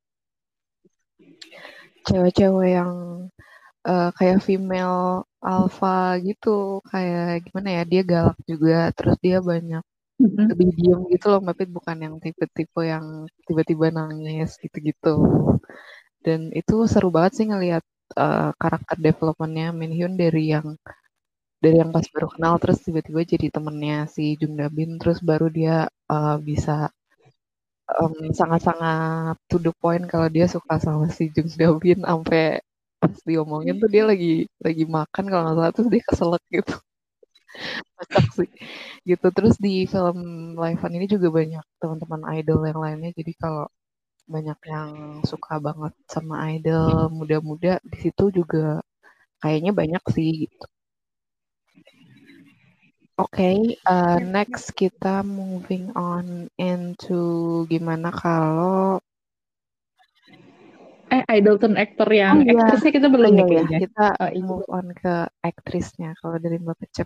cewek-cewek yang uh, kayak female alpha gitu, kayak gimana ya, dia galak juga, terus dia banyak mm-hmm. lebih diem gitu loh, tapi bukan yang tipe-tipe yang tiba-tiba nangis gitu-gitu. Dan itu seru banget sih ngelihat uh, karakter developmentnya Min Hyun dari yang dari yang pas baru kenal terus tiba-tiba jadi temennya si Jung Da-bin, terus baru dia uh, bisa um, sangat-sangat to the point kalau dia suka sama si Jung Da-bin, sampai pas diomongin tuh dia lagi lagi makan kalau nggak salah, terus dia keselak gitu. Kocak sih gitu. Terus di film live-an ini juga banyak teman-teman idol yang lainnya. Jadi kalau banyak yang suka banget sama idol muda-muda di situ juga kayaknya banyak sih gitu. Oke, okay, uh, next kita moving on into gimana kalau Eh, idol turn actor yang oh iya, aktrisnya kita oh belum iya nih ya, kayaknya. kita Oh, iya. move on ke aktrisnya kalau dari Mbak Pecep.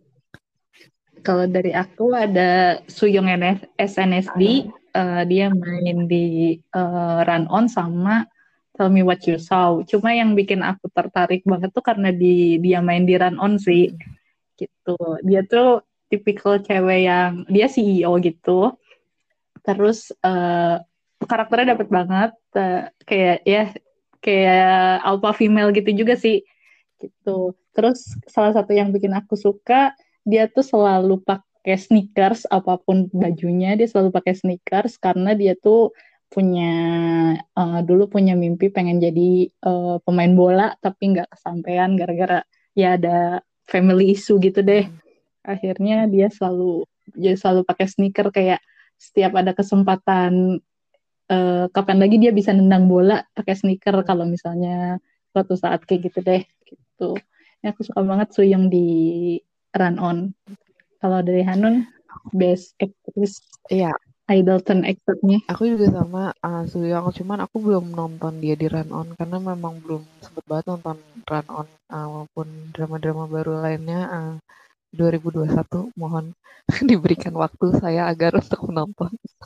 Kalau dari aku ada Suyong S N S D, uh, dia main di uh, Run On sama Tell Me What You Saw. Cuma yang bikin aku tertarik banget tuh karena di dia main di Run On sih, Hmm. gitu. Dia tuh tipikal cewek yang dia C E O gitu. Terus uh, karakternya dapet banget, uh, kayak ya kayak alpha female gitu juga sih, gitu. Terus salah satu yang bikin aku suka, dia tuh selalu pakai sneakers, apapun bajunya dia selalu pakai sneakers karena dia tuh punya uh, dulu punya mimpi pengen jadi uh, pemain bola tapi nggak kesampaian gara-gara ya ada family issue gitu deh. Hmm. Akhirnya dia selalu dia selalu pakai sneaker, kayak setiap ada kesempatan, uh, kapan lagi dia bisa nendang bola pakai sneaker kalau misalnya suatu saat kayak gitu deh, gitu. Ya, aku suka banget Suyong di Run On. Kalau dari Hanun, best actress, Iya, idol turn actor-nya. aku juga sama uh, Suyong, cuman aku belum nonton dia di Run On karena memang belum sempet banget nonton Run On uh, maupun drama-drama baru lainnya. uh, dua ribu dua puluh satu mohon diberikan waktu saya agar untuk menonton.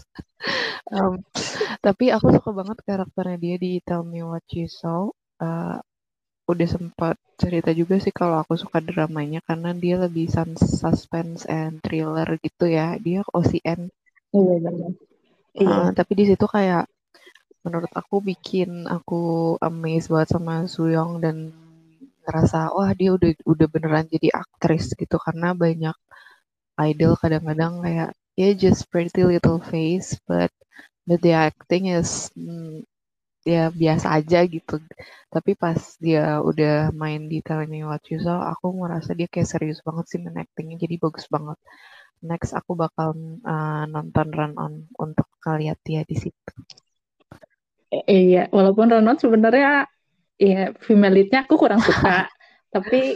Um, tapi aku suka banget karakternya dia di Tell Me What You Saw. Uh, udah sempat cerita juga sih kalau aku suka dramanya karena dia lebih suspense and thriller gitu ya. Dia O C N. Iya, benar. Iya. Uh, tapi di situ kayak menurut aku bikin aku amazed banget sama Suyong dan ngerasa wah dia udah udah beneran jadi aktris gitu karena banyak idol kadang-kadang kayak ya just pretty little face but but the acting is mm, ya biasa aja gitu. Tapi pas dia udah main di Tell Me What You Saw, aku merasa dia kayak serius banget sih main actingnya, jadi bagus banget. Next aku bakal uh, nonton Run On untuk ngeliat dia di situ. Iya, walaupun Ronald sebenarnya ya female lead-nya aku kurang suka, tapi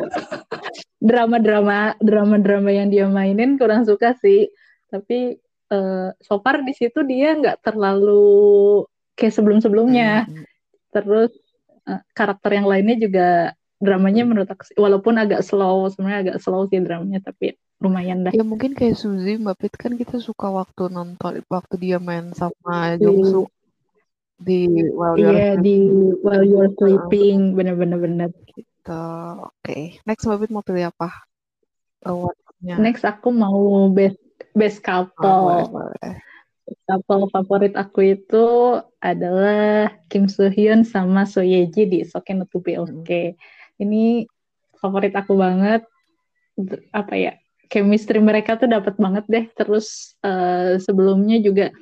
drama-drama drama-drama yang dia mainin kurang suka sih. Tapi uh, so far di situ dia nggak terlalu kayak sebelum-sebelumnya. Mm-mm. Terus uh, karakter yang lainnya juga dramanya menurut aku sih, walaupun agak slow, sebenarnya agak slow sih dramanya, tapi lumayan dah. Ya mungkin kayak Suzy, Mbak Pit kan kita suka waktu nonton, waktu dia main sama Jungsu Di, di While You're iya, di Sleeping. While You're Uh, Sleeping, bener-bener bener. gitu. Oke, okay. Next Mbak Pit mau pilih apa? Awardnya? Next aku mau best best Ah, boleh, couple. boleh. Couple favorit aku itu adalah Kim Soo Hyun sama So Ye Ji di It's Okay Not to Be Mm-mm. Okay. Ini favorit aku banget. Apa ya? Chemistry mereka tuh dapat banget deh. Terus uh, sebelumnya juga,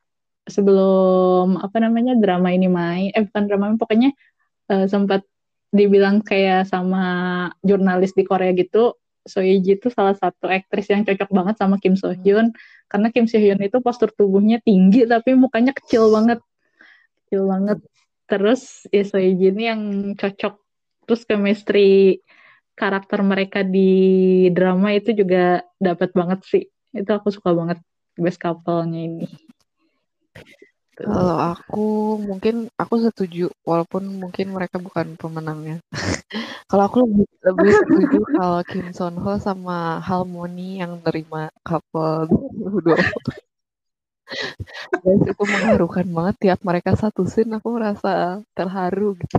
sebelum apa namanya drama ini main, eh bukan drama ini, pokoknya uh, sempat dibilang kayak sama jurnalis di Korea gitu, So Ye Ji itu salah satu aktris yang cocok banget sama Kim So Hyun, karena Kim So Hyun itu postur tubuhnya tinggi tapi mukanya kecil banget, kecil banget. Terus ya So Ye Ji ini yang cocok. Terus chemistry karakter mereka di drama itu juga dapat banget sih. Itu aku suka banget best couple-nya ini. Kalau Tuh. aku mungkin aku setuju walaupun mungkin mereka bukan pemenangnya. Kalau aku lebih, lebih setuju kalau Kim Son Ho sama Harmony yang nerima couple dua ribu dua puluh. Guys, itu mengharukan banget tiap mereka satu scene aku merasa terharu gitu.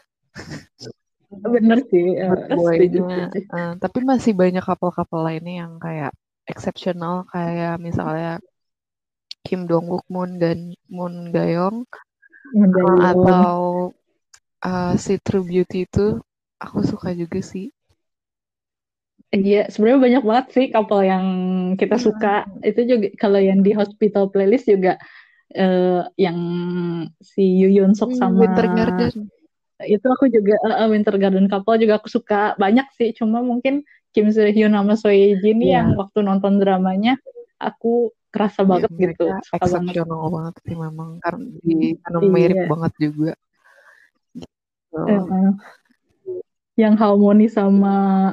Bener sih, Good uh, setuju, boy-nya. setuju. Uh, tapi masih banyak couple-couple lainnya yang kayak exceptional kayak misalnya Kim Dong Wook, Moon dan Moon Gayong uh, Medallion. atau uh, si True Beauty itu aku suka juga sih. Iya, sebenarnya banyak banget sih couple yang kita suka. Itu juga kalau yang di Hospital Playlist juga, eh, yang si Yoo Yeon Sok Hmm, sama Winter Garden. itu aku juga, uh, Winter Garden couple juga aku suka banyak sih. Cuma mungkin Kim Soo Hyun sama So Ye Ji nih yang Iya, waktu nonton dramanya aku kerasa ya, banget mereka gitu, suka banget. eksepsional banget sih memang karena di karena mirip Iya. banget juga gitu. Uh, yang harmoni sama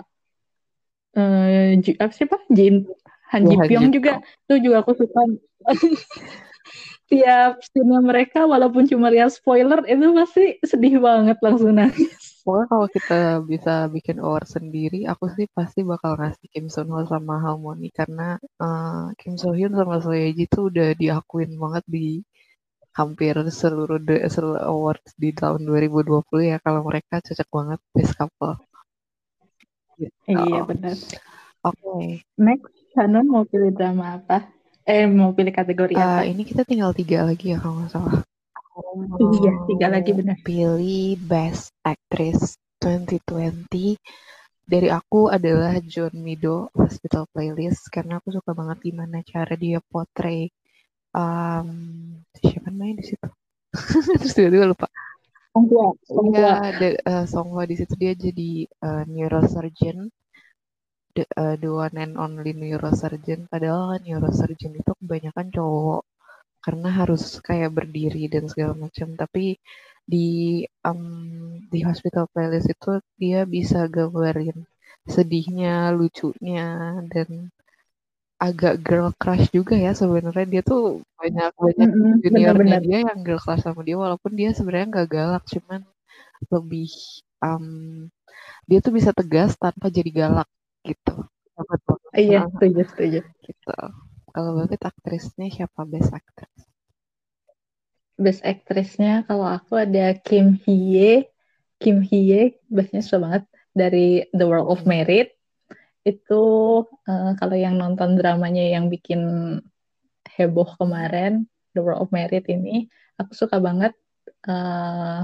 uh, Ji, apa sih Pak? Jin Han Ya Ji Han Ji Pyong juga Pyong. tuh juga aku suka. Tiap scene mereka walaupun cuma lihat spoiler itu pasti sedih banget langsung nangis. Pokoknya kalau kita bisa bikin award sendiri, aku sih pasti bakal ngasih Kim Sun Ho sama Harmony karena eh, Kim So Hyun sama So Ye Ji tuh udah diakuin banget di hampir seluruh de, seluruh awards di tahun dua ribu dua puluh ya kalau mereka cocok banget best couple. Gitu. Iya benar. Oke, Next, Hanun mau pilih drama apa? Eh mau pilih kategori Eh, apa? ini kita tinggal tiga lagi ya kalau nggak salah. Aku Iya, tiga mau lagi benar. pilih Best Actress dua ribu dua puluh. Dari aku adalah John Mido Hospital Playlist karena aku suka banget gimana cara dia portray um, siapa namanya di situ. Terus tiba-tiba lupa. Song Hwa, Song Iya, Hwa. de- eh, Song Hwa di situ dia jadi eh, neurosurgeon, the, eh, the one and only neurosurgeon. Padahal kan neurosurgeon itu kebanyakan cowok karena harus kayak berdiri dan segala macam. Tapi di um, di Hospital Playlist itu dia bisa gambarin sedihnya, lucunya, dan agak girl crush juga ya sebenarnya dia tuh banyak banyak Mm-mm, juniornya benar-benar. dia yang girl crush sama dia walaupun dia sebenarnya nggak galak cuman lebih um, dia tuh bisa tegas tanpa jadi galak gitu. Dapat banget. Iya, Nah, setuju, setuju. gitu. Kalau Babet aktrisnya siapa best actress? Best Actress-nya kalau aku ada Kim Hye. Kim Hye, bestnya suka banget dari The World of Mm-mm. Merit. Itu eh, kalau yang nonton dramanya yang bikin heboh kemarin, The World of Merit ini, aku suka banget eh,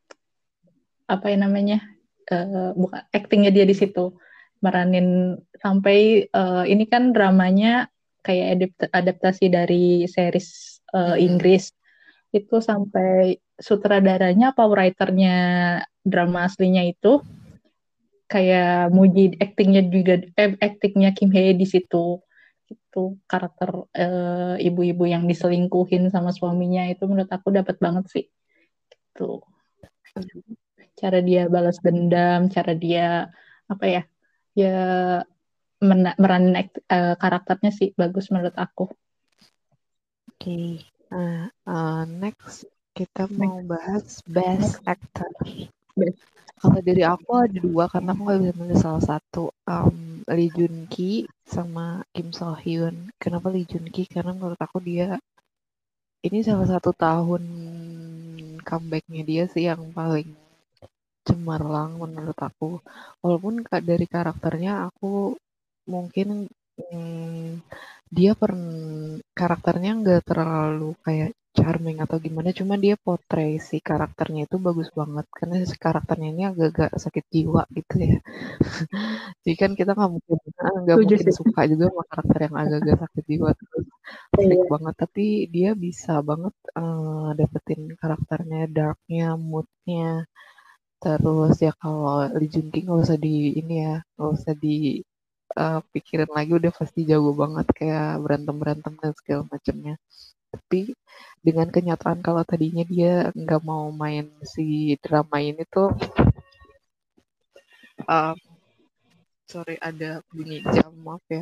apa yang namanya eh, bukan actingnya dia di situ meranin sampai eh, ini kan dramanya kayak adapt- adaptasi dari series eh, Mm-mm. Inggris itu sampai sutradaranya apa writernya drama aslinya itu kayak muji actingnya juga eh, actingnya Kim Hye di situ itu karakter eh, ibu-ibu yang diselingkuhin sama suaminya itu menurut aku dapat banget sih tuh cara dia balas dendam cara dia apa ya ya mena- meranin act- eh, karakternya sih bagus menurut aku. Oke, okay. Nah, uh, next kita mau Next, bahas Best next, Actor. best. Kalau dari aku ada dua karena aku nggak bisa milih salah satu. Um, Lee Jun Ki sama Kim So Hyun. Kenapa Lee Jun Ki? Karena menurut aku dia ini salah satu tahun comebacknya dia sih yang paling cemerlang menurut aku. Walaupun ka- dari karakternya aku mungkin mm, dia per karakternya nggak terlalu kayak charming atau gimana, cuma dia portray si karakternya itu bagus banget karena si karakternya ini agak-agak sakit jiwa gitu ya. Jadi kan kita nggak mungkin ah, nggak Setuju mungkin sih. suka juga sama karakter yang agak-agak sakit jiwa terus fake Iya. banget, tapi dia bisa banget eh, dapetin karakternya, darknya, moodnya. Terus ya kalau Lee Jun Ki nggak usah di ini ya, nggak usah di eh, pikirin lagi udah pasti jago banget kayak berantem-berantem dan segala macamnya. Tapi dengan kenyataan kalau tadinya dia nggak mau main si drama ini tuh, um, sorry ada bunyi jam maaf ya.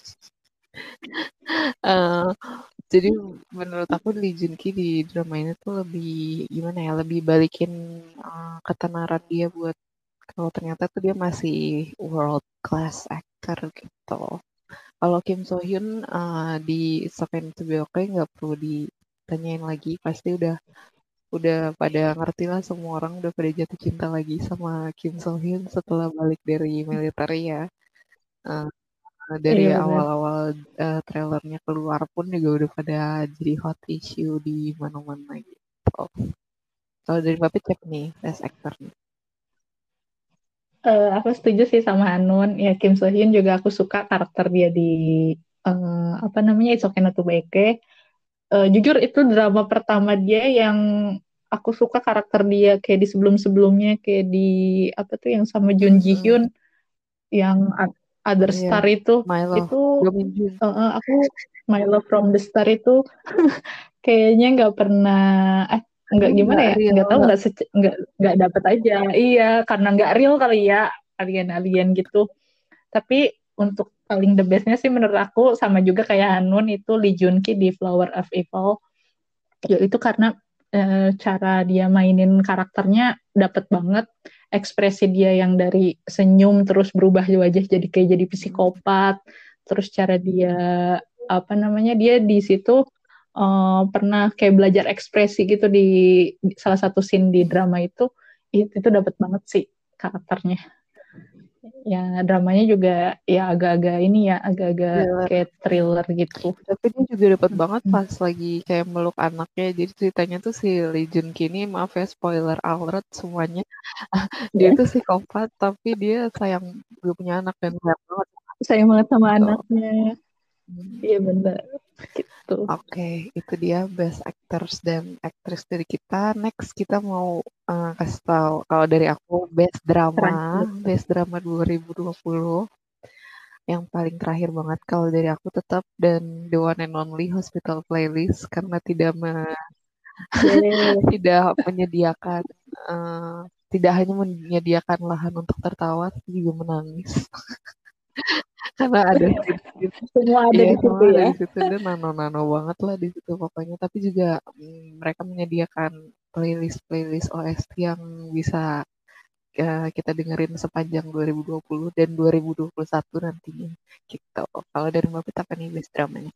Eh, jadi menurut aku Lee Jun Ki di drama ini tuh lebih gimana ya, lebih balikin eh, ketenaran dia buat kalau ternyata tuh dia masih world class actor gitu. Kalau Kim So Hyun uh, di Second to Be Okay nggak perlu ditanyain lagi, pasti udah udah pada ngerti lah semua orang udah pada jatuh cinta lagi sama Kim So Hyun setelah balik dari militer ya. Uh, dari Iya benar. awal-awal uh, trailernya keluar pun juga udah pada jadi hot issue di mana-mana gitu. Kalau dari Papi cek nih, best actor nih. Eh, aku setuju sih sama Hanun. Ya Kim So Hyun juga aku suka karakter dia di eh, apa namanya It's Okay Not to Be Okay. Eh, jujur itu drama pertama dia yang aku suka karakter dia kayak di sebelum-sebelumnya kayak di apa tuh yang sama Jun Ji Mm-mm. Hyun yang a- Other Iya, Star itu My Love, itu Do Min Jun. uh, uh, aku My Love from the Star itu kayaknya nggak pernah eh nggak Aduh, gimana nggak ya real, nggak tahu nggak. nggak sece- nggak nggak dapet aja iya karena nggak real kali ya alien-alien gitu tapi untuk paling the bestnya sih menurut aku sama juga kayak Hanun itu Lee Joon Ki di Flower of Evil yaitu karena eh, cara dia mainin karakternya dapet banget ekspresi dia yang dari senyum terus berubah wajah jadi kayak jadi psikopat terus cara dia apa namanya dia di situ eh, pernah kayak belajar ekspresi gitu di, di salah satu scene di drama itu itu, itu dapet banget sih karakternya ya dramanya juga ya agak-agak ini ya agak-agak Thriller. kayak thriller gitu. Tapi dia juga dapat banget Hmm. pas lagi kayak meluk anaknya. Jadi ceritanya tuh si Lee Joon Ki ini, maaf ya spoiler alert semuanya. Dia Ya, itu psikopat tapi dia sayang, dia punya anak dan sayang banget sayang banget sama gitu. anaknya. Hmm. Iya benar gitu. Oke, itu dia best actors dan actress dari kita. Next kita mau eh, kasih tahu kalau dari aku best drama, Terakhir. best drama dua ribu dua puluh. Yang paling terakhir banget kalau dari aku tetap dan the one and only Hospital Playlist karena tidak me- Yeay. tidak menyediakan eh, tidak hanya menyediakan lahan untuk tertawa tapi juga menangis karena ada scene-scene. Semua ada Iya, di semua situ ada ya. di situ dan nano-nano banget lah di situ pokoknya. Tapi juga mm, mereka menyediakan playlist-playlist O S T yang bisa eh, kita dengerin sepanjang dua ribu dua puluh dan dua ribu dua puluh satu nantinya. Gitu. Kalau dari Mbak Pita apa nih best dramanya?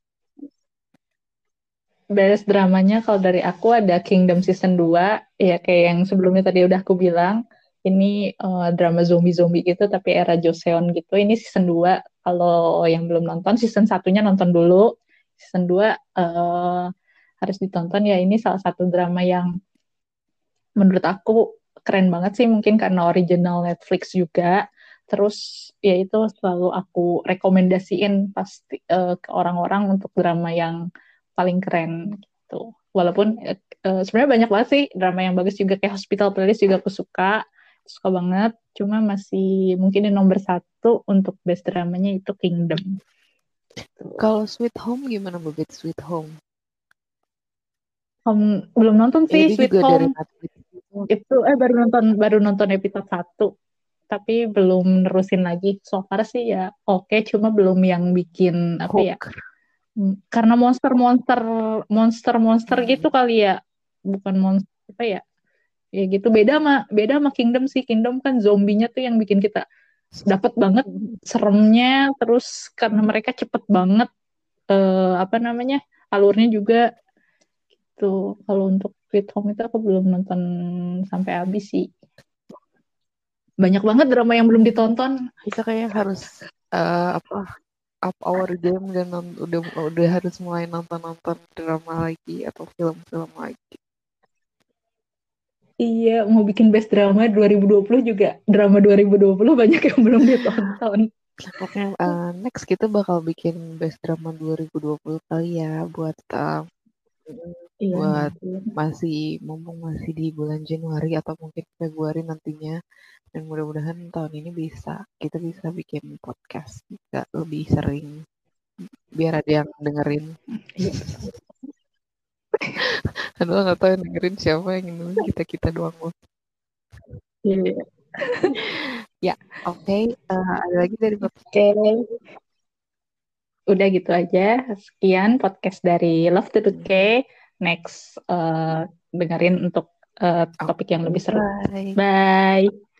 Best dramanya kalau dari aku ada Kingdom Season dua. Ya kayak yang sebelumnya tadi udah aku bilang. Ini eh, drama zombie-zombie gitu tapi era Joseon gitu. Ini season dua. Kalau yang belum nonton season satunya nonton dulu. Season dua eh, harus ditonton ya. Ini salah satu drama yang menurut aku keren banget sih mungkin karena original Netflix juga. Terus ya itu selalu aku rekomendasiin pasti eh, ke orang-orang untuk drama yang paling keren gitu. Walaupun eh, eh, sebenarnya banyak banget sih drama yang bagus juga kayak Hospital Playlist juga aku suka, suka banget. Cuma masih mungkin di nomor satu untuk best dramanya itu Kingdom. Tuh. Kalau Sweet Home gimana Mbak Pita? Sweet Home? Home, belum nonton Ya sih dia Sweet juga dari Home. Netflix gitu. Itu eh baru nonton baru nonton episode satu tapi belum nerusin lagi. So far sih ya oke, cuma belum yang bikin apa ya? Hook. mm, Karena monster-monster monster-monster gitu Hmm. kali ya. Bukan monster apa ya? Ya gitu beda sama beda sama Kingdom sih. Kingdom kan zombinya tuh yang bikin kita dapat banget seremnya terus karena mereka cepet banget eh, apa namanya? Alurnya juga tuh. Kalau untuk Sweet Home itu aku belum nonton sampai habis sih. Banyak banget drama yang belum ditonton. Kita kayak harus eh, apa up our game dan non- udah udah harus mulai nonton-nonton drama lagi atau film-film lagi. Iya, mau bikin best drama dua ribu dua puluh juga. Drama dua ribu dua puluh banyak yang belum ditonton. Pokoknya eh, next kita bakal bikin best drama dua ribu dua puluh kali ya buat eh, Iya, buat mungkin. masih mumpung masih di bulan Januari atau mungkin Februari nantinya dan mudah-mudahan tahun ini bisa kita bisa bikin podcast juga lebih sering biar ada yang dengerin. Iya. Aduh nggak tahu yang dengerin siapa yang dengerin kita kita doang loh. Iya. Ya, oke. Eh, ada lagi dari Bapak? Oke, udah gitu aja. Sekian podcast dari Love to the K. Hmm, Next, eh, dengerin untuk eh, topik yang oke, lebih seru. bye. Bye.